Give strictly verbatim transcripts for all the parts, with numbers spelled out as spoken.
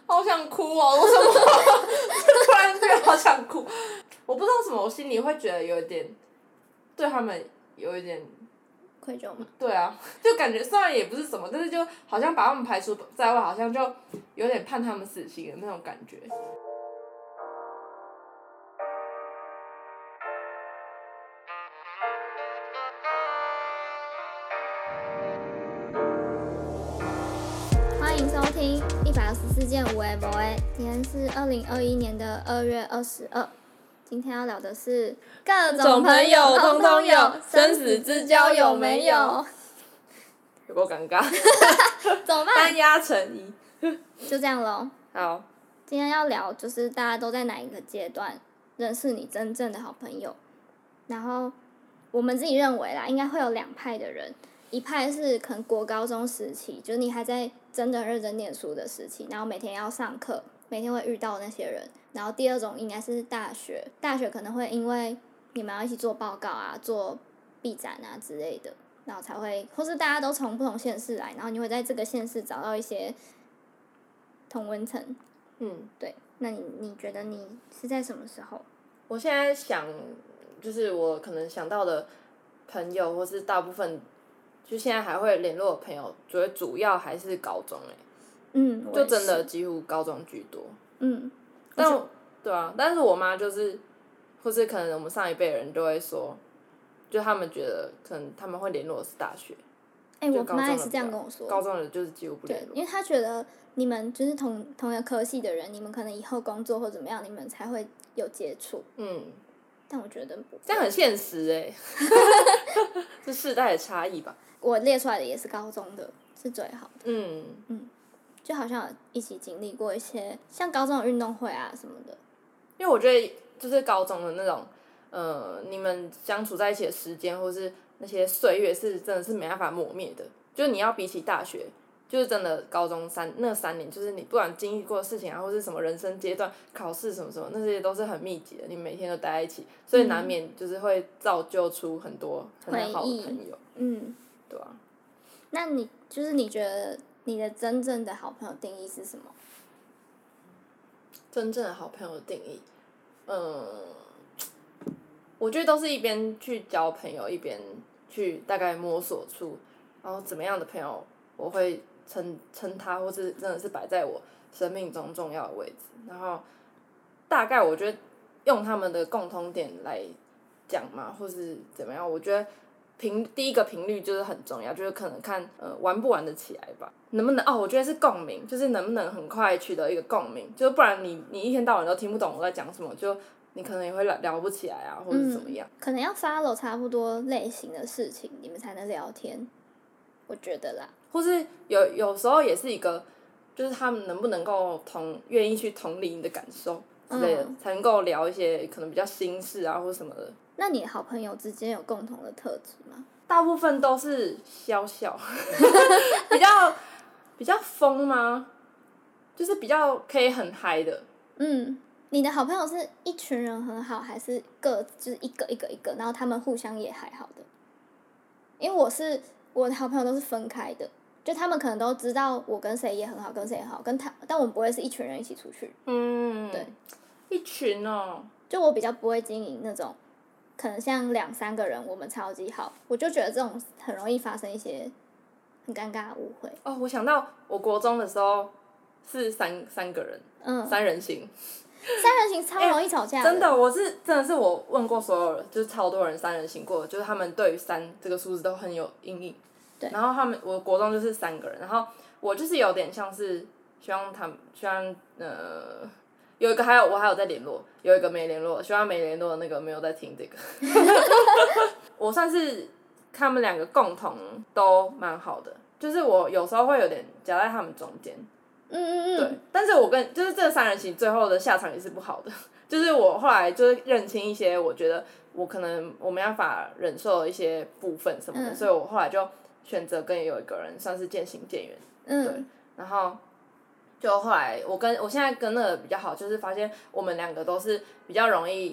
好想哭哦！为什么突然觉得好想哭？我不知道为什么，我心里会觉得有一点对他们有一点愧疚吗？ 对啊，就感觉虽然也不是什么，但是就好像把他们排除在外，好像就有点判他们死刑的那种感觉。 欢迎收听一百二十四件无为不为，今天是二零二一年的二月二十二。今天要聊的是各种朋友通通有，生死之交有没有？ 有够尴尬。 怎么办？ 单压成一。 就这样咯。 好。 今天要聊就是大家都在哪一个阶段认识你真正的好朋友，然后我们自己认为啦，应该会有两派的人。一派是可能国高中时期，就是你还在真的认真念书的时期，然后每天要上课，每天会遇到那些人。然后第二种应该是大学，大学可能会因为你们要一起做报告啊、做毕展啊之类的，然后才会，或是大家都从不同县市来，然后你会在这个县市找到一些同温层。 嗯， 对。那你你觉得你是在什么时候？ 我现在想，就是我可能想到的朋友，或是大部分。就现在还会联络的朋友，觉得主要还是高中哎、欸， 嗯， 就真的几乎高中居多。 嗯， 但对啊，但是我妈就是，或是可能我们上一辈人就会说，就他们觉得可能他们会联络的是大学。 哎、欸，我妈也是这样跟我说。 高中的就是几乎不联络。 对，因为她觉得你们就是同同一个科系的人，你们可能以后工作或怎么样，你们才会有接触。 嗯。 但我觉得不。 这样很现实哎、欸，是世代的差异吧。 我列出来的也是高中的，是最好的。 嗯嗯，就好像有一起经历过一些像高中的运动会啊什么的。 因为我觉得就是高中的那种，呃，你们相处在一起的时间，或是那些岁月，是真的是没办法磨灭的。就是你要比起大学，就是真的高中三那三年，就是你不管经历过的事情啊，或是什么人生阶段、考试什么什么，那些都是很密集的。你每天都待在一起，所以难免就是会造就出很多很好的朋友。 嗯。 对啊， 那你就是你觉得你的真正的好朋友定义是什么？ 真正的好朋友的定义，嗯，我觉得都是一边去交朋友，一边去大概摸索出，然后怎么样的朋友我会称称他，或是真的是摆在我生命中重要的位置。然后大概我觉得用他们的共同点来讲嘛，或是怎么样，我觉得。频第一个频率就是很重要，就是可能看呃玩不玩得起来吧，能不能哦？我觉得是共鸣，就是能不能很快取得一个共鸣，就不然你你一天到晚都听不懂我在讲什么，就你可能也会聊聊不起来啊，或者怎么样、嗯。 可能要 follow 差不多类型的事情，你们才能聊天，我觉得啦。 或是有有时候也是一个，就是他们能不能够同愿意去同理你的感受之类的，嗯、才能够聊一些可能比较心事啊或什么的。 那你好朋友之间有共同的特质吗？ 大部分都是笑笑，比较比较疯吗？就是比较可以很嗨的。 嗯，你的好朋友是一群人很好，还是各就是一个一个一个，然后他们互相也还好的？因为我是我的好朋友都是分开的，就他们可能都知道我跟谁也很好，跟谁也很好，跟他，但我们不会是一群人一起出去。 嗯， 对， 一群哦。 就我比较不会经营那种。可能像两三个人，我们超级好，我就觉得这种很容易发生一些很尴尬的误会。 哦，我想到我国中的时候是三三个人，嗯，三人行。 三人行超容易吵架的、 欸。真的，我是真的是我问过所有人，就是超多人三人行过，就是他们对于三这个数字都很有阴影。 对。 然后他们，我国中就是三个人，然后我就是有点像是希望他们，希望呃。有一个还有我还有在联络，有一个没联络，希望没联络的那个没有在听这个。我算是他们两个共同都蛮好的，就是我有时候会有点夹在他们中间。 嗯嗯嗯。 对，但是我跟就是这三人行最后的下场也是不好的，就是我后来就是认清一些我觉得我可能我没办法忍受的一些部分什么的，嗯、所以我后来就选择跟有一个人算是渐行渐远。嗯。对，然后。就后来我跟我现在跟那个比较好，就是发现我们两个都是比较容易，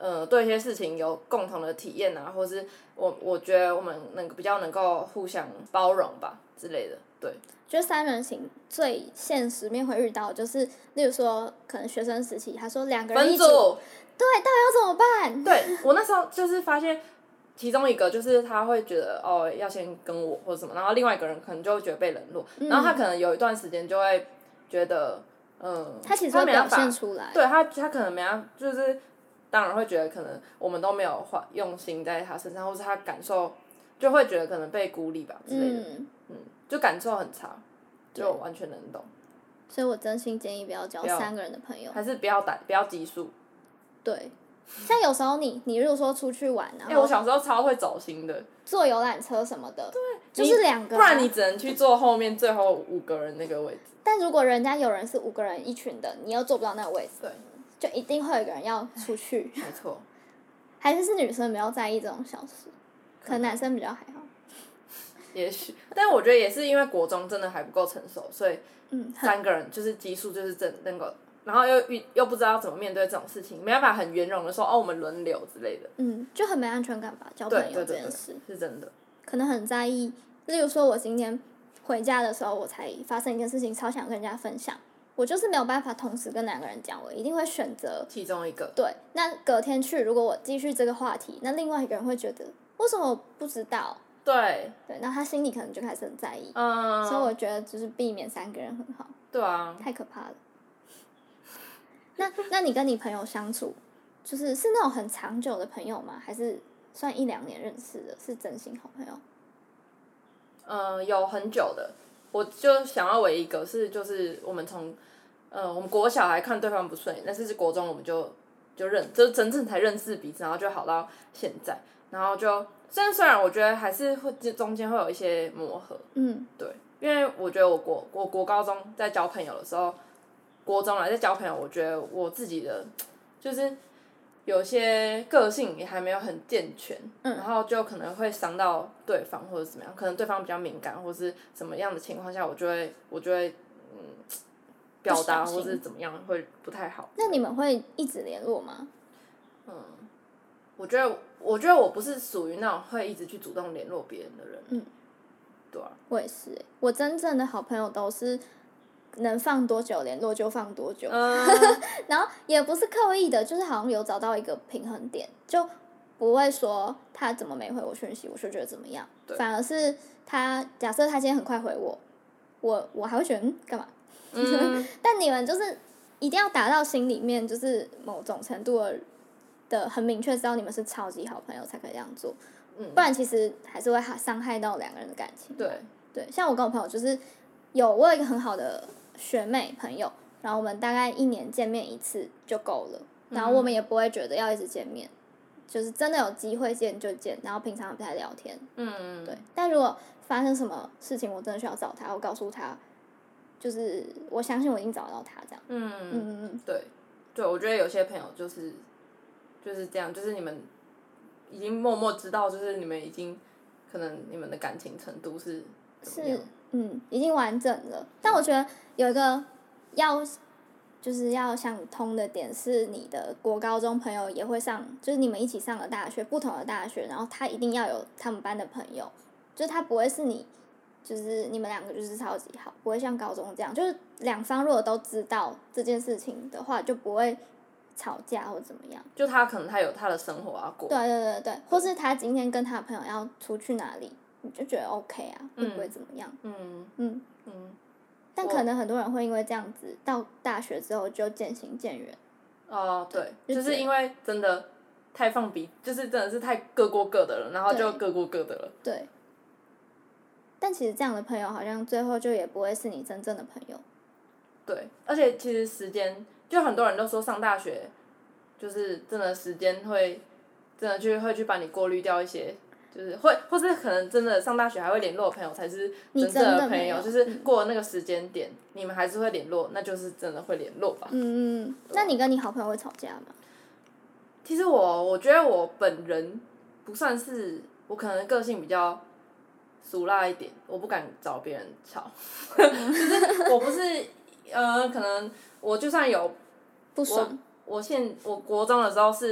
呃对一些事情有共同的体验啊，或是我我觉得我们能比较能够互相包容吧之类的，对。 就是三人行最现实面会遇到的，就是例如说可能学生时期，他说两个人一组， 分组， 对，到底要怎么办？ 对我那时候就是发现。其中一个就是他会觉得哦要先跟我或者什么，然后另外一个人可能就会觉得被冷落， 嗯、 然后他可能有一段时间就会觉得，嗯， 他其实会表现出来， 对他他可能没办就是当然会觉得可能我们都没有花用心在他身上，或是他感受就会觉得可能被孤立吧之类的，嗯, 嗯，就感受很差，就完全能懂。 所以我真心建议不要交三个人的朋友， 还是不要打不要激素。 对。像有时候你你如果说出去玩，然后、 欸、我小时候超会走心的， 坐游览车什么的， 对， 就是两个、啊， 不然你只能去坐后面最后五个人那个位置。 但如果人家有人是五个人一群的，你又坐不到那个位置， 对， 就一定会有一个人要出去。 没错。 还是是女生比较在意这种小事，可能男生比较还好。 也许，但我觉得也是因为国中真的还不够成熟，所以三个人就是基数就是真那个。然后又又不知道怎么面对这种事情，没办法很圆融的说哦，我们轮流之类的。 嗯，就很没安全感吧，交朋友这件事。 对对对，是真的。 可能很在意，例如说我今天回家的时候，我才发生一件事情，超想跟人家分享，我就是没有办法同时跟两个人讲，我一定会选择其中一个。 对，那隔天去，如果我继续这个话题，那另外一个人会觉得为什么我不知道？ 对。 对，那他心里可能就开始很在意。 嗯。 所以我觉得就是避免三个人很好。 对啊。 太可怕了。那那你跟你朋友相处，就是是那种很长久的朋友吗？还是算一两年认识的，是真心好朋友？ 嗯，有很久的，我就想要唯一一个是就是我们从，呃，我们国小还看对方不顺眼，但是是国中我们就就认，就是真正才认识彼此，然后就好到现在，然后就，虽然虽然我觉得还是会中间会有一些磨合， 嗯， 对，因为我觉得我国我国高中在交朋友的时候。国中来在交朋友，我觉得我自己的就是有些个性也还没有很健全， 嗯、 然后就可能会伤到对方或者怎么样，可能对方比较敏感或是什么样的情况下，我就会我就会嗯表达或是怎么样会不太好。 那你们会一直联络吗？ 嗯，我觉得我觉得我不是属于那种会一直去主动联络别人的人。 嗯， 对啊。 我也是、欸，我真正的好朋友都是。能放多久联络就放多久， 嗯、 然后也不是刻意的，就是好像有找到一个平衡点，就不会说他怎么没回我讯息，我就觉得怎么样，反而是他假设他今天很快回我，我我还会觉得嗯干嘛？ 嗯、 但你们就是一定要达到心里面就是某种程度的的很明确知道你们是超级好朋友才可以这样做， 嗯、 不然其实还是会伤害到两个人的感情。 对对，像我跟我朋友就是有我有一个很好的。学妹朋友，然后我们大概一年见面一次就够了，然后我们也不会觉得要一直见面，嗯、就是真的有机会见就见，然后平常不太聊天。 嗯， 对。但如果发生什么事情，我真的需要找他，我告诉他，就是我相信我已经找到他这样。 嗯嗯嗯对，对，我觉得有些朋友就是就是这样，就是你们已经默默知道，就是你们已经可能你们的感情程度是怎么样。 是。嗯，已经完整了。但我觉得有一个要就是要想通的点是，你的国高中朋友也会上，就是你们一起上了大学，不同的大学，然后他一定要有他们班的朋友，就是他不会是你，就是你们两个就是超级好，不会像高中这样，就是两方如果都知道这件事情的话，就不会吵架或怎么样。 就他可能他有他的生活要过。 对对对对，或是他今天跟他的朋友要出去哪里。你就觉得 OK 啊，会不会怎么样？ 嗯嗯嗯。 但可能很多人会因为这样子，到大学之后就渐行渐远。 哦，对，就是因为真的太放彼，就是真的是太各过各的了，然后就各过各的了。 对。但其实这样的朋友好像最后就也不会是你真正的朋友。 对，而且其实时间，就很多人都说上大学，就是真的时间会，真的去会去把你过滤掉一些。就是会，或是可能真的上大学还会联络的朋友才是真正的朋友，就是过了那个时间点，嗯、你们还是会联络，那就是真的会联络吧。 嗯嗯，那你跟你好朋友会吵架吗？ 其实我我觉得我本人不算是，我可能个性比较俗辣一点，我不敢找别人吵，就是我不是呃，可能我就算有不爽， 我我现我国中的时候是。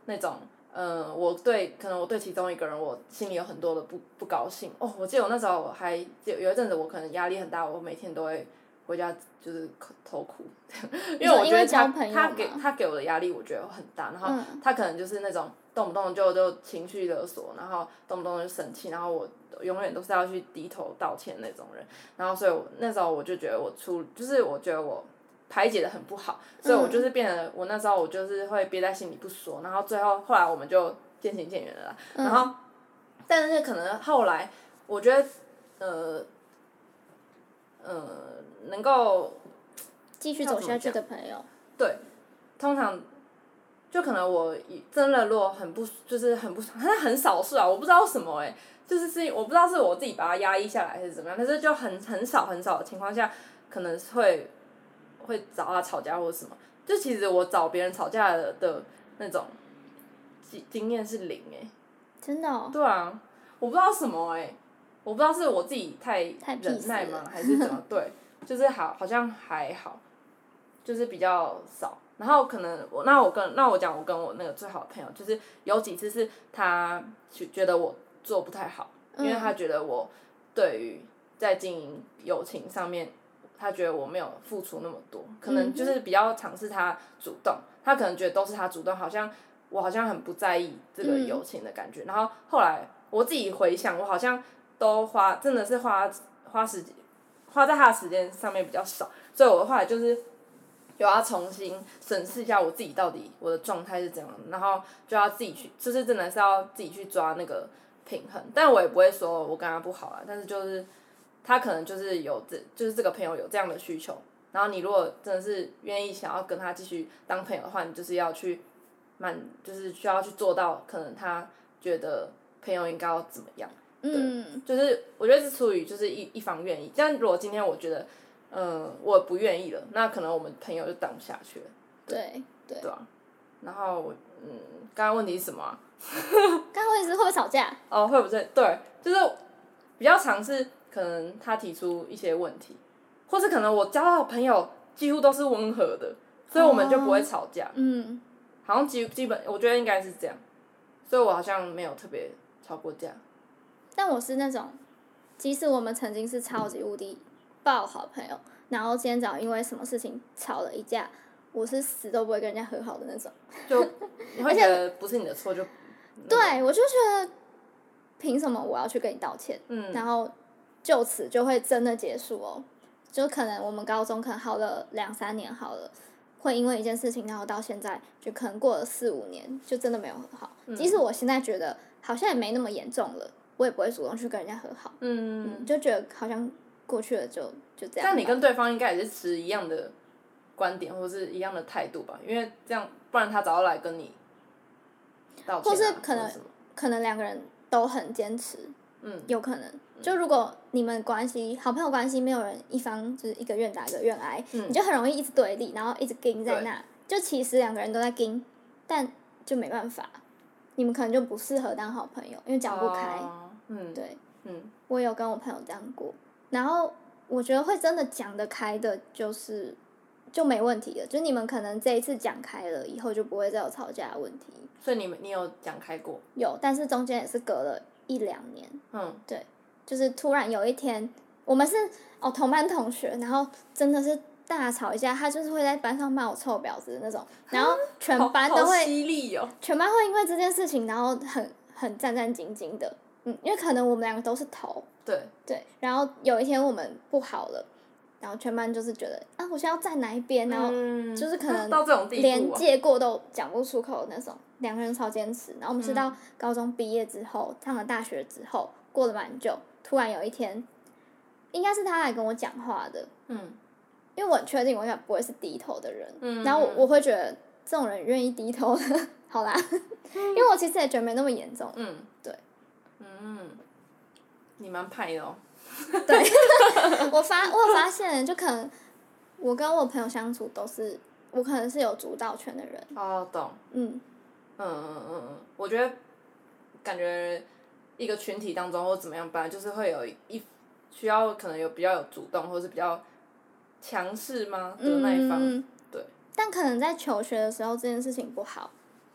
那种。嗯，我对可能我对其中一个人，我心里有很多的不不高兴。哦，我记得我那时候还有有一阵子，我可能压力很大，我每天都会回家就是偷哭，因为我觉得他他给他给我的压力，我觉得很大。然后他可能就是那种动不动就就情绪勒索，然后动不动就生气，然后我永远都是要去低头道歉那种人。然后所以我那时候我就觉得我出，就是我觉得我。排解的很不好，所以我就是变得，我那时候我就是会憋在心里不说，然后最后后来我们就渐行渐远了啦。然后，但是可能后来，我觉得，呃，呃，能够继续走下去的朋友， 对，通常就可能我真的如果很不就是很不，好像很少数啊，我不知道什么哎、欸，就是是我不知道是我自己把它压抑下来还是怎么样，但是就很很少很少的情况下，可能会。会找他吵架或者什么，就其实我找别人吵架的的那种经经验是零哎、欸， 真的哦。 对啊，我不知道什么哎、欸，我不知道是我自己太忍耐吗，还是怎么？对，就是好好像还好，就是比较少。然后可能我那我跟那我讲我跟我那个最好的朋友，就是有几次是他觉得我做不太好，因为他觉得我对于在经营友情上面。他觉得我没有付出那么多，可能就是比较尝试他主动，他可能觉得都是他主动，好像我好像很不在意这个友情的感觉。然后后来我自己回想，我好像都花真的是花花时间花在他的时间上面比较少，所以我后来就是有要重新审视一下我自己到底我的状态是怎样，然后就要自己去，就是真的是要自己去抓那个平衡。但我也不会说我跟他不好啦，但是就是。他可能就是有这，就是这个朋友有这样的需求，然后你如果真的是愿意想要跟他继续当朋友的话，你就是要去满，就是需要去做到，可能他觉得朋友应该要怎么样， 嗯， 就是我觉得是出于就是一一方愿意，但如果今天我觉得，嗯，我不愿意了，那可能我们朋友就当不下去了， 对对， 对啊，然后我嗯，刚刚问题是什么啊？ 刚刚问题是会不会吵架？ 哦，会不会？对，就是比较常是。可能他提出一些问题，或是可能我交到的朋友几乎都是温和的，所以我们就不会吵架。 哦、嗯， 好像基基本我觉得应该是这样，所以我好像没有特别吵过架。 但我是那种，即使我们曾经是超级无敌爆好朋友，然后今天早上因为什么事情吵了一架，我是死都不会跟人家和好的那种。 就你会觉得不是你的错就、那個。 对，我就觉得凭什么我要去跟你道歉？嗯，然后。就此就会真的结束哦，就可能我们高中可能好了两三年好了，会因为一件事情，然后到现在就可能过了四五年，就真的没有和好。嗯、即使我现在觉得好像也没那么严重了，我也不会主动去跟人家和好。嗯, 嗯就觉得好像过去了就就这样。 但你跟对方应该也是持一样的观点或是一样的态度吧？因为这样不然他早就来跟你道歉、啊、 或是可能可能两个人都很坚持。嗯，有可能。就如果你们关系好朋友关系，没有人一方就是一个愿打一个愿挨，嗯、你就很容易一直对立，然后一直盯在那。就其实两个人都在盯，但就没办法，你们可能就不适合当好朋友，因为讲不开。哦、嗯，对，嗯，我有跟我朋友这样过，然后我觉得会真的讲得开的，就是就没问题了。就你们可能这一次讲开了，以后就不会再有吵架的问题。 所以你们你有讲开过？ 有，但是中间也是隔了一两年。嗯，对。就是突然有一天，我们是哦同班同学，然后真的是大吵一架，他就是会在班上骂我臭婊子的那种，然后全班都会， 犀利哦， 全班会因为这件事情，然后很很战战兢兢的，嗯，因为可能我们两个都是头， 对对，然后有一天我们不好了，然后全班就是觉得啊，我现在要站哪一边，然后就是可能连借过都讲不出口的那种，两个人超坚持，然后我们是到高中毕业之后，上了大学之后，过了蛮久。突然有一天，应该是他来跟我讲话的，嗯，因为我很确定我应该不会是低头的人，嗯，然后我我会觉得这种人愿意低头的，好啦，因为我其实也觉得没那么严重，嗯，对， 嗯，你蛮派的哦， 对，我发我有发现，就可能我跟我朋友相处都是我可能是有主导权的人， 哦，懂，嗯，嗯嗯嗯嗯，我觉得感觉。一个群体当中或怎么样，本来就是会有一需要可能有比较有主动或是比较强势吗的那一方，嗯、对。 但可能在求学的时候这件事情不好，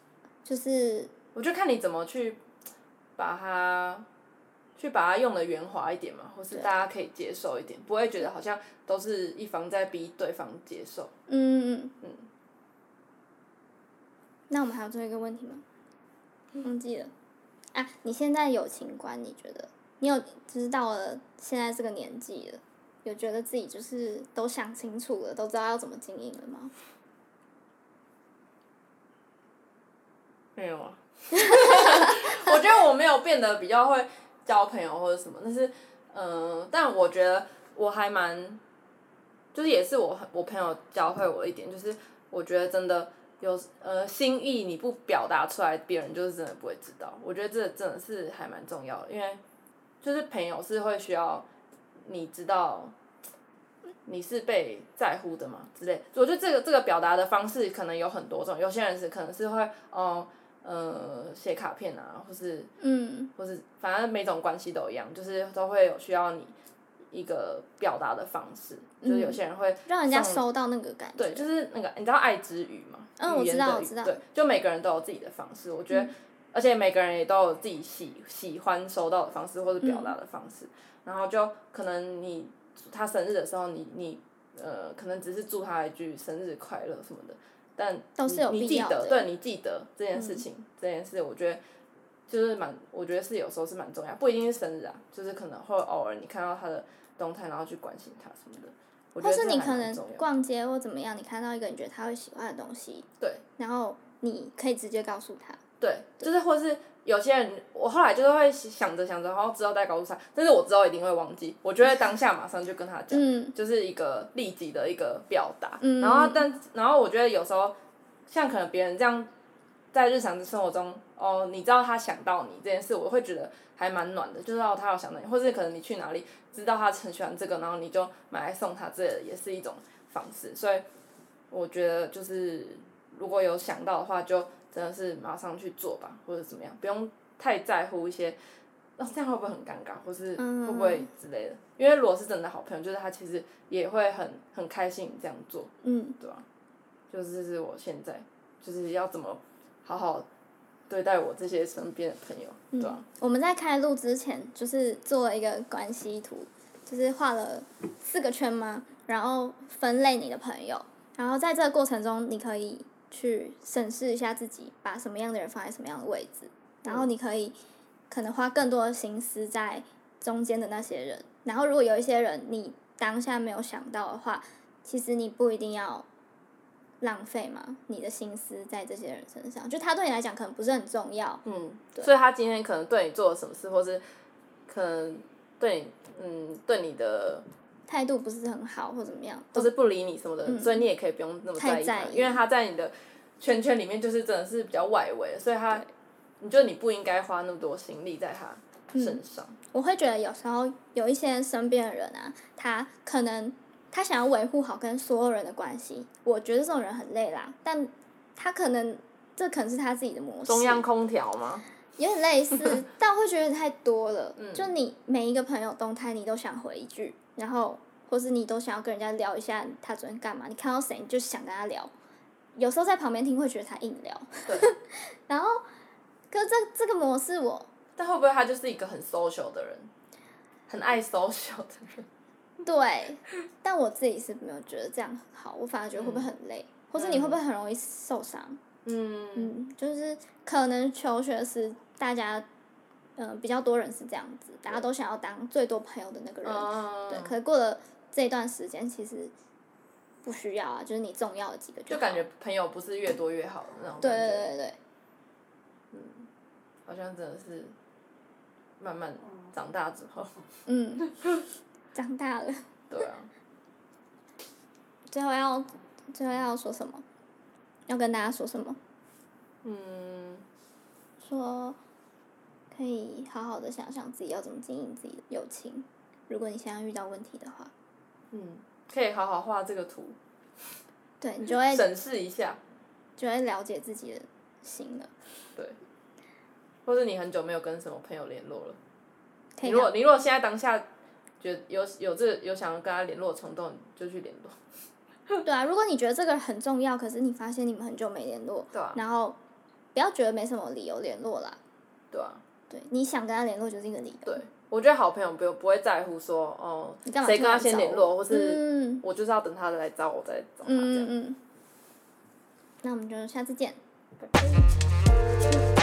就是我就看你怎么去把它。去把它用的圆滑一点嘛，或是大家可以接受一点，不会觉得好像都是一方在逼对方接受。 嗯嗯嗯。那我们还有最后一个问题吗？忘记了。啊，你现在友情观，你觉得你有就是到了现在这个年纪了，有觉得自己就是都想清楚了，都知道要怎么经营了吗？ 没有啊。我觉得我没有变得比较会交朋友或者什么，但是，嗯、呃，但我觉得我还蛮，就是也是我我朋友教会我一点，就是我觉得真的有呃心意你不表达出来，别人就是真的不会知道。我觉得这真的是还蛮重要的，因为就是朋友是会需要你知道你是被在乎的嘛之类。我觉得这个这个表达的方式可能有很多种，有些人是可能是会哦。呃，写卡片啊，或是， 嗯， 或是反正每种关系都一样，就是都会有需要你一个表达的方式，嗯、就是有些人会让人家收到那个感觉。 对，就是那个你知道爱之语嘛？ 嗯，我知道，我知道。 对，就每个人都有自己的方式，我觉得，嗯、而且每个人也都有自己喜喜欢收到的方式或者表达的方式，嗯、然后就可能你他生日的时候，你你呃，可能只是祝他一句生日快乐什么的。但都是有你必要的。 你记得，对，你记得这件事情，嗯、这件事我觉得就是蛮，我觉得是有时候是蛮重要，不一定是生日啊，就是可能会偶尔你看到他的动态，然后去关心他什么的。我觉得或是你可能逛街或怎么样，你看到一个你觉得他会喜欢的东西， 对， 然后你可以直接告诉他。 对，就是或是有些人，我后来就是会想着想着，然后之后再告诉他，但是我之后一定会忘记，我就会当下马上就跟他讲， 嗯、 就是一个立即的一个表达。 嗯、 然后但然后我觉得有时候，像可能别人这样，在日常生活中，哦，你知道他想到你这件事，我会觉得还蛮暖的，就知道他有想到你，或是可能你去哪里，知道他很喜欢这个，然后你就买来送他，这也是一种方式。所以我觉得就是如果有想到的话，就真的是马上去做吧，或者怎么样，不用太在乎一些，哦，这样会不会很尴尬，或是会不会之类的。因为如果是真的好朋友，就是他其实也会很很开心你这样做， 嗯， 对吧、啊？就是这是我现在就是要怎么好好对待我这些身边的朋友，对吧、啊嗯？我们在开录之前，就是做了一个关系图，就是画了四个圈嘛，然后分类你的朋友，然后在这个过程中，你可以去审视一下自己，把什么样的人放在什么样的位置，然后你可以可能花更多的心思在中间的那些人，然后如果有一些人你当下没有想到的话，其实你不一定要浪费嘛，你的心思在这些人身上，就他对你来讲可能不是很重要。 嗯，所以他今天可能对你做了什么事，或是可能对你嗯对你的态度不是很好或怎么样， 或是不理你什么的，嗯、所以你也可以不用那么在意他，因为他在你的圈圈里面就是真的是比较外围，所以他你觉得你不应该花那么多心力在他身上。 嗯、我会觉得有时候有一些身边的人啊，他可能他想要维护好跟所有人的关系，我觉得这种人很累啦，但他可能这可能是他自己的模式。 中央空调吗？ 有点类似，但我会觉得太多了。嗯、就你每一个朋友动态，你都想回一句，然后或是你都想要跟人家聊一下他昨天干嘛，你看到谁你就想跟他聊。有时候在旁边听会觉得他硬聊。 对。 然后，可是这这个模式我。 但会不会他就是一个很 social 的人，很爱 social 的人？ 对，但我自己是没有觉得这样很好，我反而觉得会不会很累，嗯、或者你会不会很容易受伤？ 嗯嗯，就是可能求学时大家，嗯、呃，比较多人是这样子，大家都想要当最多朋友的那个人， 嗯、 对。可是过了这一段时间，其实不需要啊，就是你重要的几个就好。 就感觉朋友不是越多越好的那种感觉。 对对对对。 嗯，好像真的是慢慢长大之后。 嗯。长大了。 对啊。 最后要，最后要说什么？要跟大家说什么？ 嗯。 说，可以好好的想想自己要怎么经营自己的友情。如果你现在遇到问题的话。 嗯，可以好好画这个图。 对，你就会审视一下。 就会了解自己的心了。 对。或是你很久没有跟什么朋友联络了。 可以。 你如果你如果现在当下。觉得有有这有想要跟他联络的冲动，就去联络。 对啊，如果你觉得这个很重要，可是你发现你们很久没联络， 对啊、 然后不要觉得没什么理由联络啦。 对啊。 对，你想跟他联络就是一个理由。 对，我觉得好朋友不不会在乎说哦，谁跟他先联络，或是我就是要等他来找我再找他这样。 嗯嗯嗯。那我们就下次见。 拜拜。